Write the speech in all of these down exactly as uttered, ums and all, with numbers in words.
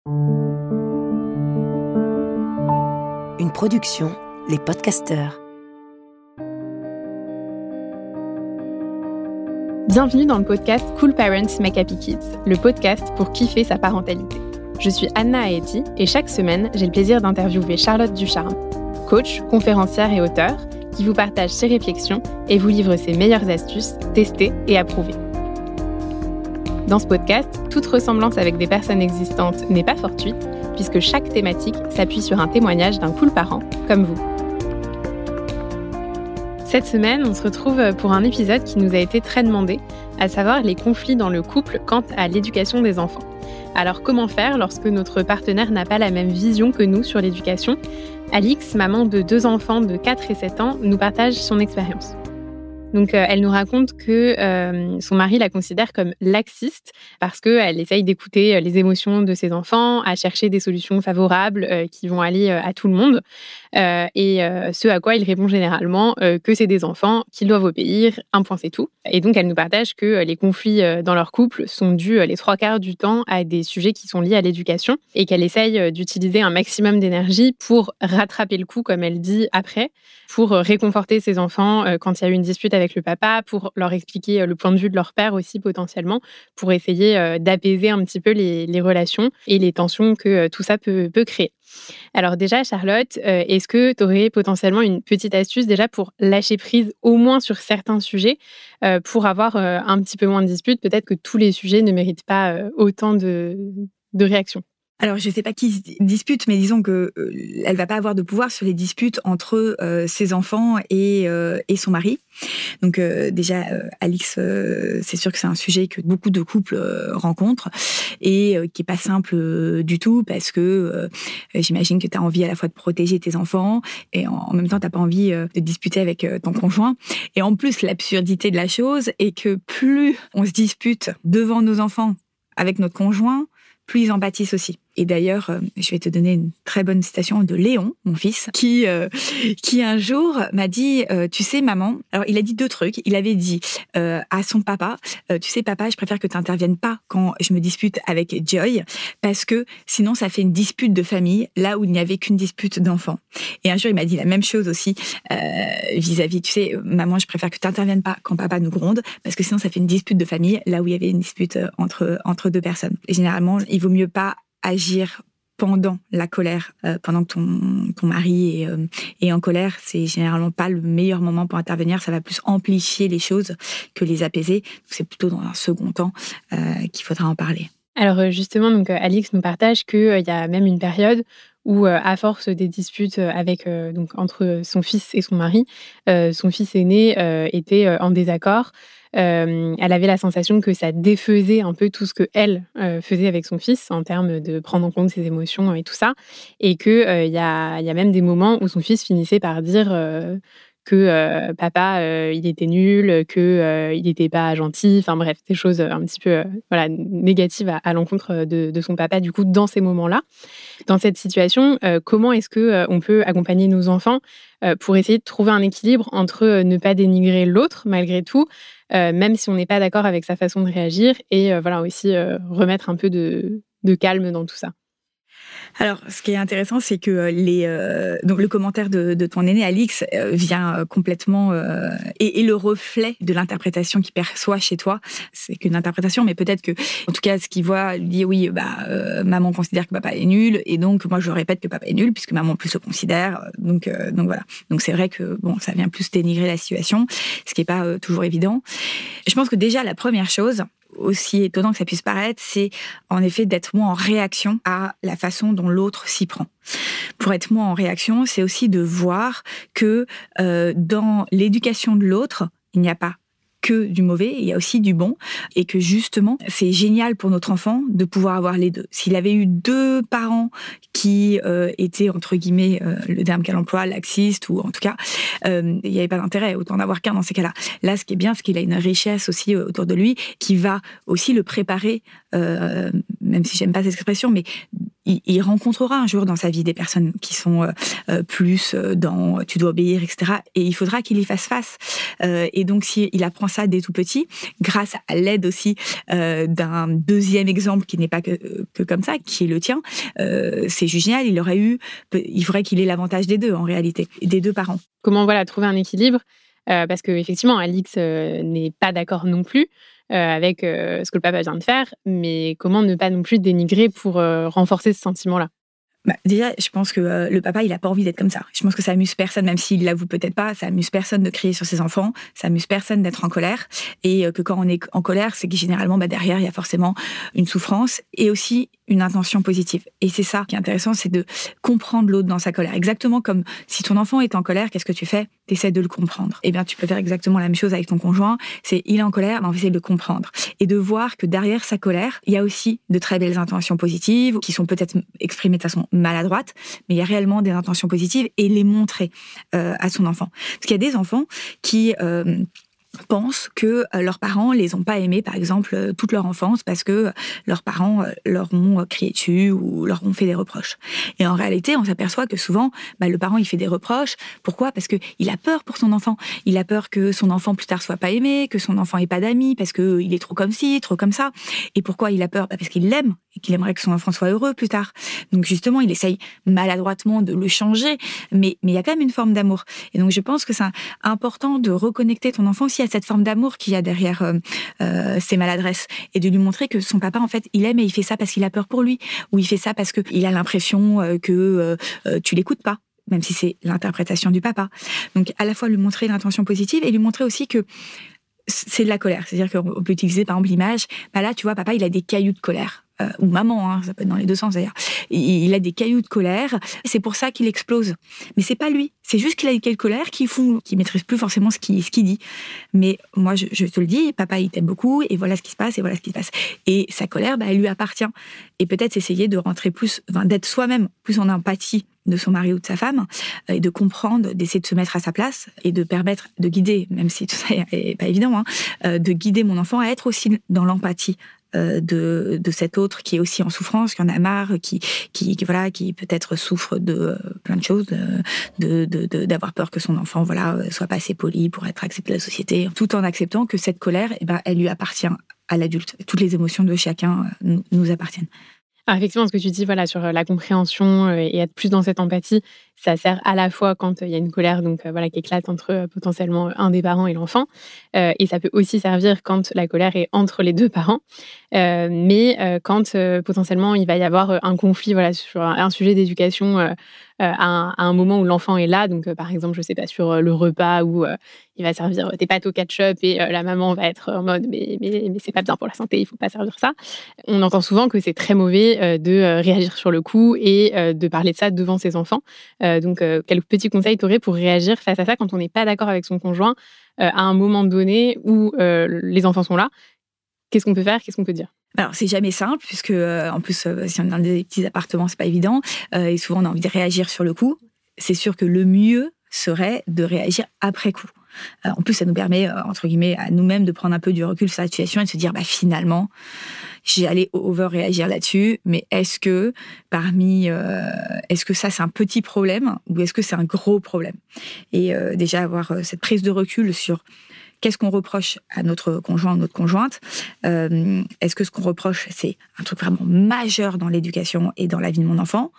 Une production, Les Podcasteurs. Bienvenue dans le podcast Cool Parents Make Happy Kids, le podcast pour kiffer sa parentalité. Je suis Anna Aeti et chaque semaine, j'ai le plaisir d'interviewer Charlotte Ducharme, coach, conférencière et auteure, qui vous partage ses réflexions et vous livre ses meilleures astuces, testées et approuvées. Dans ce podcast, toute ressemblance avec des personnes existantes n'est pas fortuite, puisque chaque thématique s'appuie sur un témoignage d'un cool parent, comme vous. Cette semaine, on se retrouve pour un épisode qui nous a été très demandé, à savoir les conflits dans le couple quant à l'éducation des enfants. Alors comment faire lorsque notre partenaire n'a pas la même vision que nous sur l'éducation ? Alix, maman de deux enfants de quatre et sept ans, nous partage son expérience. Donc, euh, elle nous raconte que euh, son mari la considère comme laxiste parce qu'elle essaye d'écouter les émotions de ses enfants, à chercher des solutions favorables euh, qui vont aller euh, à tout le monde. Euh, et euh, ce à quoi il répond généralement euh, que c'est des enfants, qu'ils doivent obéir, un point c'est tout. Et donc, elle nous partage que euh, les conflits euh, dans leur couple sont dus euh, les trois quarts du temps à des sujets qui sont liés à l'éducation et qu'elle essaye euh, d'utiliser un maximum d'énergie pour rattraper le coup, comme elle dit, après, pour euh, réconforter ses enfants euh, quand il y a eu une dispute avec le papa, pour leur expliquer le point de vue de leur père aussi potentiellement, pour essayer euh, d'apaiser un petit peu les, les relations et les tensions que euh, tout ça peut, peut créer. Alors déjà, Charlotte, euh, est-ce que tu aurais potentiellement une petite astuce déjà pour lâcher prise au moins sur certains sujets, euh, pour avoir euh, un petit peu moins de disputes ? Peut-être que tous les sujets ne méritent pas euh, autant de, de réactions. Alors, je ne sais pas qui se dispute, mais disons que euh, elle va pas avoir de pouvoir sur les disputes entre euh, ses enfants et, euh, et son mari. Donc, euh, déjà, euh, Alix, euh, c'est sûr que c'est un sujet que beaucoup de couples euh, rencontrent et euh, qui est pas simple euh, du tout parce que euh, j'imagine que tu as envie à la fois de protéger tes enfants et en, en même temps, tu n'as pas envie euh, de disputer avec euh, ton conjoint. Et en plus, l'absurdité de la chose est que plus on se dispute devant nos enfants avec notre conjoint, plus ils en pâtissent aussi. Et d'ailleurs, euh, je vais te donner une très bonne citation de Léon, mon fils, qui euh, qui un jour m'a dit, euh, tu sais maman, alors il a dit deux trucs. Il avait dit euh, à son papa, euh, tu sais papa, je préfère que tu n'interviennes pas quand je me dispute avec Joy, parce que sinon ça fait une dispute de famille, là où il n'y avait qu'une dispute d'enfant. Et un jour, il m'a dit la même chose aussi euh, vis-à-vis, tu sais, maman, je préfère que tu n'interviennes pas quand papa nous gronde, parce que sinon ça fait une dispute de famille, là où il y avait une dispute entre, entre deux personnes. Et généralement, il vaut mieux pas agir pendant la colère, euh, pendant que ton, ton mari est, euh, est en colère, c'est généralement pas le meilleur moment pour intervenir, ça va plus amplifier les choses que les apaiser. Donc c'est plutôt dans un second temps euh, qu'il faudra en parler. Alors justement, donc, Alix nous partage qu'il euh, y a même une période où, euh, à force des disputes avec, euh, donc, entre son fils et son mari, euh, son fils aîné euh, était euh, en désaccord. Euh, elle avait la sensation que ça défaisait un peu tout ce qu'elle euh, faisait avec son fils en termes de prendre en compte ses émotions et tout ça. Et qu'il euh, y, a, y a même des moments où son fils finissait par dire euh, que euh, papa, euh, il était nul, qu'il euh, n'était pas gentil. Enfin bref, des choses un petit peu euh, voilà, négatives à, à l'encontre de, de son papa, du coup, dans ces moments-là. Dans cette situation, euh, comment est-ce qu'on euh, peut accompagner nos enfants euh, pour essayer de trouver un équilibre entre euh, ne pas dénigrer l'autre, malgré tout, Euh, même si on n'est pas d'accord avec sa façon de réagir, et euh, voilà aussi euh, remettre un peu de, de calme dans tout ça. Alors, ce qui est intéressant, c'est que les, euh, donc le commentaire de, de ton aîné, Alix, euh, vient complètement euh, et est le reflet de l'interprétation qu'il perçoit chez toi. C'est qu'une interprétation, mais peut-être que, en tout cas, ce qu'il voit, lui dit oui, bah, euh, maman considère que papa est nul, et donc moi je répète que papa est nul puisque maman plus le considère. Donc, euh, donc voilà. Donc c'est vrai que bon, ça vient plus dénigrer la situation, ce qui est pas euh, toujours évident. Je pense que déjà la première chose, aussi étonnant que ça puisse paraître, c'est en effet d'être moins en réaction à la façon dont l'autre s'y prend. Pour être moins en réaction, c'est aussi de voir que euh, dans l'éducation de l'autre, il n'y a pas que du mauvais, il y a aussi du bon, et que justement, c'est génial pour notre enfant de pouvoir avoir les deux. S'il avait eu deux parents qui euh, étaient, entre guillemets, euh, le terme qu'elle emploie, laxistes, ou en tout cas, euh, il n'y avait pas d'intérêt, autant en avoir qu'un dans ces cas-là. Là, ce qui est bien, c'est qu'il a une richesse aussi autour de lui, qui va aussi le préparer, euh, même si j'aime pas cette expression, mais il, il rencontrera un jour dans sa vie des personnes qui sont euh, euh, plus euh, dans tu dois obéir, et cetera. Et il faudra qu'il y fasse face. Euh, et donc, si il apprend ça dès tout petit, grâce à l'aide aussi euh, d'un deuxième exemple qui n'est pas que, que comme ça, qui est le tien, euh, c'est génial. Il aurait eu, il faudrait qu'il ait l'avantage des deux en réalité, des deux parents. Comment voilà trouver un équilibre euh, parce que effectivement, Alix euh, n'est pas d'accord non plus. Euh, avec euh, ce que le papa vient de faire, mais comment ne pas non plus dénigrer pour euh, renforcer ce sentiment-là? Bah, déjà, je pense que euh, le papa, il a pas envie d'être comme ça. Je pense que ça amuse personne, même s'il l'avoue peut-être pas, ça amuse personne de crier sur ses enfants, ça amuse personne d'être en colère, et euh, que quand on est en colère, c'est que généralement, bah, derrière, il y a forcément une souffrance et aussi une intention positive. Et c'est ça qui est intéressant, c'est de comprendre l'autre dans sa colère. Exactement comme si ton enfant est en colère, qu'est-ce que tu fais? Tu essaies de le comprendre. Eh bien, tu peux faire exactement la même chose avec ton conjoint. C'est, il est en colère, mais on va essayer de le comprendre. Et de voir que derrière sa colère, il y a aussi de très belles intentions positives, qui sont peut-être exprimées de façon maladroite, mais il y a réellement des intentions positives et les montrer euh, à son enfant. Parce qu'il y a des enfants qui... Euh, pensent que euh, leurs parents les ont pas aimés, par exemple, euh, toute leur enfance parce que euh, leurs parents euh, leur ont euh, crié dessus ou leur ont fait des reproches. Et en réalité, on s'aperçoit que souvent, bah, le parent, il fait des reproches. Pourquoi? Parce que il a peur pour son enfant. Il a peur que son enfant plus tard soit pas aimé, que son enfant ait pas d'amis, parce que il est trop comme ci, trop comme ça. Et pourquoi il a peur? Bah, parce qu'il l'aime et qu'il aimerait que son enfant soit heureux plus tard. Donc justement, il essaye maladroitement de le changer, mais mais il y a quand même une forme d'amour. Et donc je pense que c'est important de reconnecter ton enfant aussi à cette forme d'amour qu'il y a derrière euh, euh, ses maladresses et de lui montrer que son papa, en fait, il aime et il fait ça parce qu'il a peur pour lui, ou il fait ça parce qu'il a l'impression euh, que euh, tu l'écoutes pas, même si c'est l'interprétation du papa. Donc, à la fois lui montrer l'intention positive et lui montrer aussi que c'est de la colère. C'est-à-dire qu'on peut utiliser, par exemple, l'image, bah là, tu vois, papa, il a des cailloux de colère. Euh, ou maman, hein, ça peut être dans les deux sens d'ailleurs. Il a des cailloux de colère, c'est pour ça qu'il explose. Mais c'est pas lui, c'est juste qu'il a des cailloux de colère qui font, qui maîtrise plus forcément ce qu'il, ce qu'il dit. Mais moi, je, je te le dis, papa, il t'aime beaucoup, et voilà ce qui se passe, et voilà ce qui se passe. Et sa colère, bah, elle lui appartient. Et peut-être essayer de rentrer plus, enfin, d'être soi-même plus en empathie de son mari ou de sa femme, et de comprendre, d'essayer de se mettre à sa place, et de permettre de guider, même si tout ça est pas évident, hein, de guider mon enfant à être aussi dans l'empathie de, de cet autre qui est aussi en souffrance, qui en a marre, qui, qui, qui voilà, qui peut-être souffre de euh, plein de choses, de, de, de, d'avoir peur que son enfant, voilà, soit pas assez poli pour être accepté de la société, tout en acceptant que cette colère, eh ben, elle lui appartient à l'adulte. Toutes les émotions de chacun nous, nous appartiennent. Alors effectivement, ce que tu dis voilà, sur la compréhension et être plus dans cette empathie, ça sert à la fois quand il y a une colère donc, euh, voilà, qui éclate entre euh, potentiellement un des parents et l'enfant. Euh, et ça peut aussi servir quand la colère est entre les deux parents. Euh, mais euh, quand euh, potentiellement il va y avoir un conflit voilà, sur un, un sujet d'éducation euh, euh, à, un, à un moment où l'enfant est là. Donc euh, par exemple, je ne sais pas, sur euh, le repas où euh, il va servir des pâtes au ketchup et euh, la maman va être en mode mais, mais, mais c'est pas bien pour la santé, il ne faut pas servir ça. On entend souvent que c'est très mauvais euh, de euh, réagir sur le coup et euh, de parler de ça devant ses enfants. Euh, donc, euh, quels petits conseils tu aurais pour réagir face à ça quand on n'est pas d'accord avec son conjoint euh, à un moment donné où euh, les enfants sont là? Qu'est-ce qu'on peut faire? Qu'est-ce qu'on peut dire? Alors, c'est jamais simple, puisque, euh, en plus, euh, si on est dans des petits appartements, c'est pas évident. Euh, et souvent, on a envie de réagir sur le coup. C'est sûr que le mieux serait de réagir après coup. Euh, en plus, ça nous permet, euh, entre guillemets, à nous-mêmes de prendre un peu du recul sur la situation et de se dire, bah, finalement, j'ai allé over-réagir là-dessus, mais est-ce que, parmi, euh, est-ce que ça, c'est un petit problème ou est-ce que c'est un gros problème? Et euh, déjà, avoir euh, cette prise de recul sur qu'est-ce qu'on reproche à notre conjoint ou notre conjointe? euh, Est-ce que ce qu'on reproche, c'est un truc vraiment majeur dans l'éducation et dans la vie de mon enfant?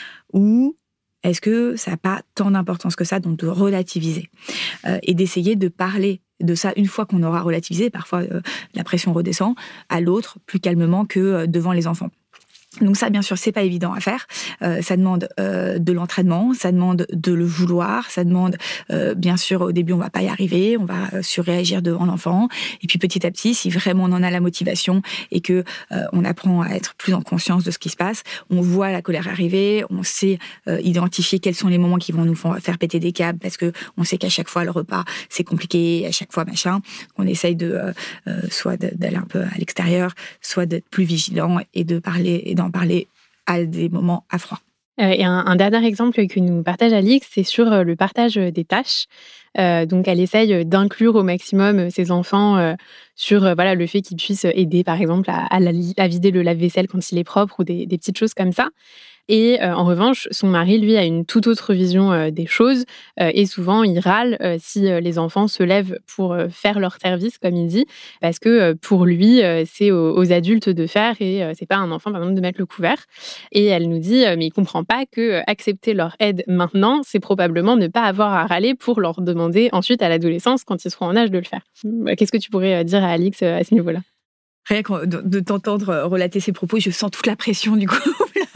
Ou est-ce que ça n'a pas tant d'importance que ça, donc de relativiser euh, et d'essayer de parler de ça une fois qu'on aura relativisé, parfois euh, la pression redescend, à l'autre plus calmement que euh, devant les enfants. Donc ça, bien sûr, c'est pas évident à faire. Euh, ça demande euh, de l'entraînement, ça demande de le vouloir, ça demande, euh, bien sûr, au début, on va pas y arriver, on va euh, surréagir devant l'enfant. Et puis petit à petit, si vraiment on en a la motivation et que euh, on apprend à être plus en conscience de ce qui se passe, on voit la colère arriver, on sait euh, identifier quels sont les moments qui vont nous faire péter des câbles parce que on sait qu'à chaque fois le repas c'est compliqué, à chaque fois machin. On essaye de euh, euh, soit d'aller un peu à l'extérieur, soit d'être plus vigilant et de parler et d'en parler à des moments à froid. Euh, et un, un dernier exemple que nous partage Alix, c'est sur le partage des tâches. Euh, donc, elle essaye d'inclure au maximum ses enfants euh, sur euh, voilà, le fait qu'il puisse aider, par exemple, à, à, la, à vider le lave-vaisselle quand il est propre ou des, des petites choses comme ça. Et euh, en revanche, son mari, lui, a une toute autre vision euh, des choses euh, et souvent, il râle euh, si euh, les enfants se lèvent pour euh, faire leur service, comme il dit, parce que euh, pour lui, euh, c'est aux, aux adultes de faire et euh, c'est pas à un enfant, par exemple, de mettre le couvert. Et elle nous dit, euh, mais il comprend pas que euh, accepter leur aide maintenant, c'est probablement ne pas avoir à râler pour leur demander ensuite à l'adolescence quand ils seront en âge de le faire. Qu'est-ce que tu pourrais dire à Alix euh, à ce niveau-là ? Rien que de, de t'entendre relater ses propos, je sens toute la pression du couple.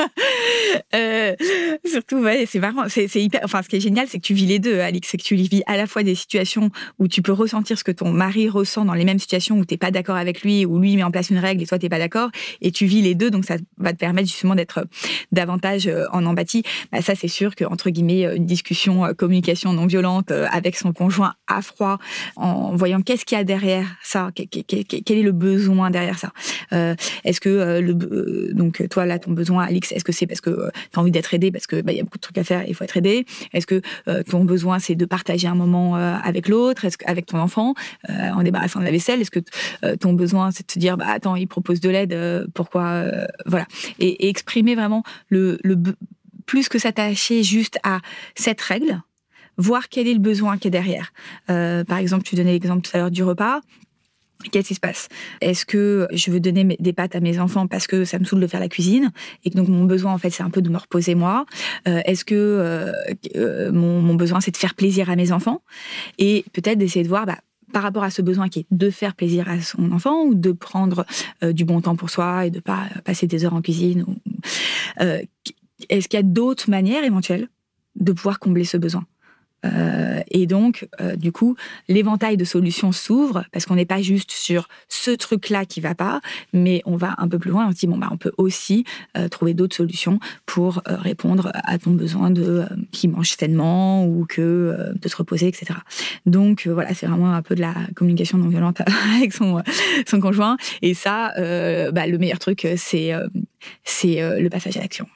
euh, surtout, ouais, c'est marrant. C'est, c'est hyper. Enfin, ce qui est génial, c'est que tu vis les deux, Alix. C'est que tu vis à la fois des situations où tu peux ressentir ce que ton mari ressent dans les mêmes situations où t'es pas d'accord avec lui, où lui il met en place une règle et toi t'es pas d'accord, et tu vis les deux. Donc ça va te permettre justement d'être davantage en empathie. Bah, ça, c'est sûr que entre guillemets, une discussion, communication non violente avec son conjoint à froid, en voyant qu'est-ce qu'il y a derrière ça, quel est le besoin derrière ça. Euh, est-ce que euh, le euh, donc toi là ton besoin, Alix, est-ce que c'est parce que euh, tu as envie d'être aidé parce que bah il y a beaucoup de trucs à faire et il faut être aidé? Est-ce que euh, ton besoin c'est de partager un moment euh, avec l'autre, est-ce que, avec ton enfant euh, en débarrassant de la vaisselle? Est-ce que euh, ton besoin c'est de te dire bah attends il propose de l'aide, euh, pourquoi euh, voilà et, et exprimer vraiment le, le plus que s'attacher juste à cette règle, voir quel est le besoin qui est derrière. Euh, par exemple, tu donnais l'exemple tout à l'heure du repas. Qu'est-ce qui se passe? Est-ce que je veux donner des pâtes à mes enfants parce que ça me saoule de faire la cuisine et que donc mon besoin en fait c'est un peu de me reposer moi? euh, Est-ce que euh, euh, mon, mon besoin c'est de faire plaisir à mes enfants? Et peut-être d'essayer de voir bah, par rapport à ce besoin qui est de faire plaisir à son enfant ou de prendre euh, du bon temps pour soi et de pas passer des heures en cuisine ou, euh, est-ce qu'il y a d'autres manières éventuelles de pouvoir combler ce besoin? Euh, et donc, euh, du coup, l'éventail de solutions s'ouvre parce qu'on n'est pas juste sur ce truc-là qui va pas, mais on va un peu plus loin. On se dit bon bah on peut aussi euh, trouver d'autres solutions pour euh, répondre à ton besoin de euh, qui mange sainement ou que euh, de se reposer, et cetera. Donc euh, voilà, c'est vraiment un peu de la communication non violente avec son son conjoint. Et ça, euh, bah, le meilleur truc, c'est euh, c'est euh, le passage à l'action.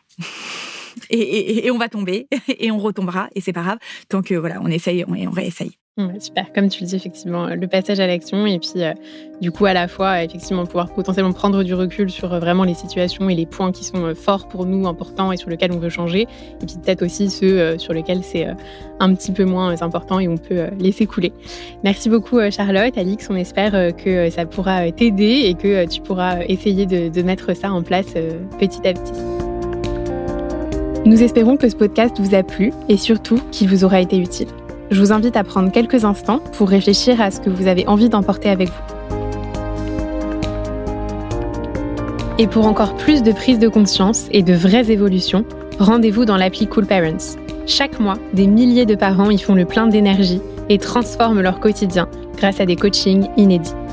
Et, et, et on va tomber, et on retombera, et c'est pas grave, tant que voilà, on essaye et on réessaye. Ouais, super, comme tu le dis, effectivement, le passage à l'action, et puis euh, du coup, à la fois, effectivement, pouvoir potentiellement prendre du recul sur euh, vraiment les situations et les points qui sont euh, forts pour nous, importants, et sur lesquels on veut changer, et puis peut-être aussi ceux euh, sur lesquels c'est euh, un petit peu moins euh, important et on peut euh, laisser couler. Merci beaucoup, euh, Charlotte. Alix, on espère euh, que euh, ça pourra euh, t'aider et que euh, tu pourras euh, essayer de, de mettre ça en place euh, petit à petit. Nous espérons que ce podcast vous a plu et surtout qu'il vous aura été utile. Je vous invite à prendre quelques instants pour réfléchir à ce que vous avez envie d'emporter avec vous. Et pour encore plus de prise de conscience et de vraies évolutions, rendez-vous dans l'appli Cool Parents. Chaque mois, des milliers de parents y font le plein d'énergie et transforment leur quotidien grâce à des coachings inédits.